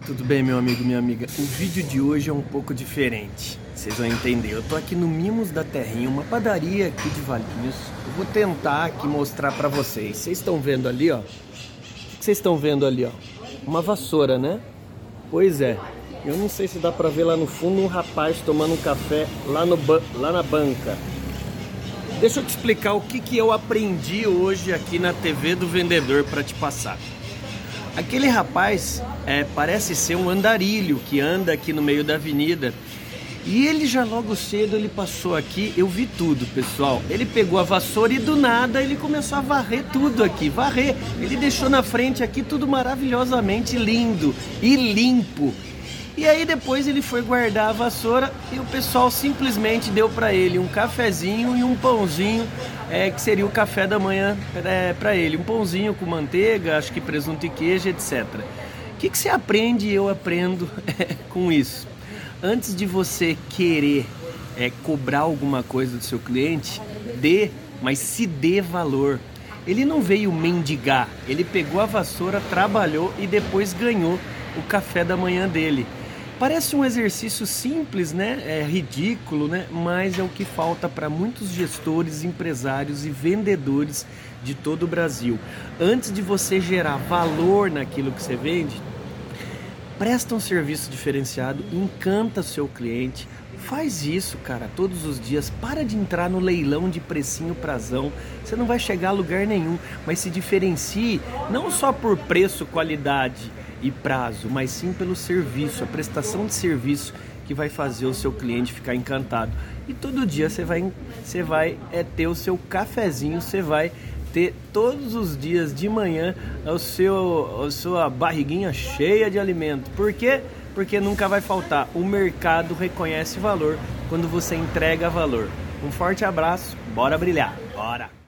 Tudo bem, meu amigo, minha amiga? O vídeo de hoje é um pouco diferente. Vocês vão entender. Eu tô aqui no Mimos da Terrinha, uma padaria aqui de Valinhos. Eu vou tentar aqui mostrar pra vocês. Vocês estão vendo ali, ó? O que vocês estão vendo ali, ó? Uma vassoura, né? Pois é. Eu não sei se dá pra ver lá no fundo um rapaz tomando um café lá na banca. Deixa eu te explicar o que eu aprendi hoje aqui na TV do vendedor pra te passar. Aquele rapaz parece ser um andarilho que anda aqui no meio da avenida. E ele já logo cedo ele passou aqui, eu vi tudo, pessoal. Ele pegou a vassoura e do nada ele começou a varrer tudo aqui, varrer. Ele deixou na frente aqui tudo maravilhosamente lindo e limpo. E aí depois ele foi guardar a vassoura e o pessoal simplesmente deu para ele um cafezinho e um pãozinho, que seria o café da manhã para ele. Um pãozinho com manteiga, acho que presunto e queijo, etc. O que você aprende e eu aprendo com isso? Antes de você querer cobrar alguma coisa do seu cliente, mas se dê valor. Ele não veio mendigar, ele pegou a vassoura, trabalhou e depois ganhou o café da manhã dele. Parece um exercício simples, né? É ridículo, né? Mas é o que falta para muitos gestores, empresários e vendedores de todo o Brasil. Antes de você gerar valor naquilo que você vende, presta um serviço diferenciado, encanta seu cliente. Faz isso, cara, todos os dias. Para de entrar no leilão de precinho prazão. Você não vai chegar a lugar nenhum, mas se diferencie não só por preço, qualidade e prazo, mas sim pelo serviço, a prestação de serviço que vai fazer o seu cliente ficar encantado. E todo dia você vai ter o seu cafezinho, você vai ter todos os dias de manhã a sua barriguinha cheia de alimento. Por quê? Porque nunca vai faltar. O mercado reconhece valor quando você entrega valor. Um forte abraço, bora brilhar, bora!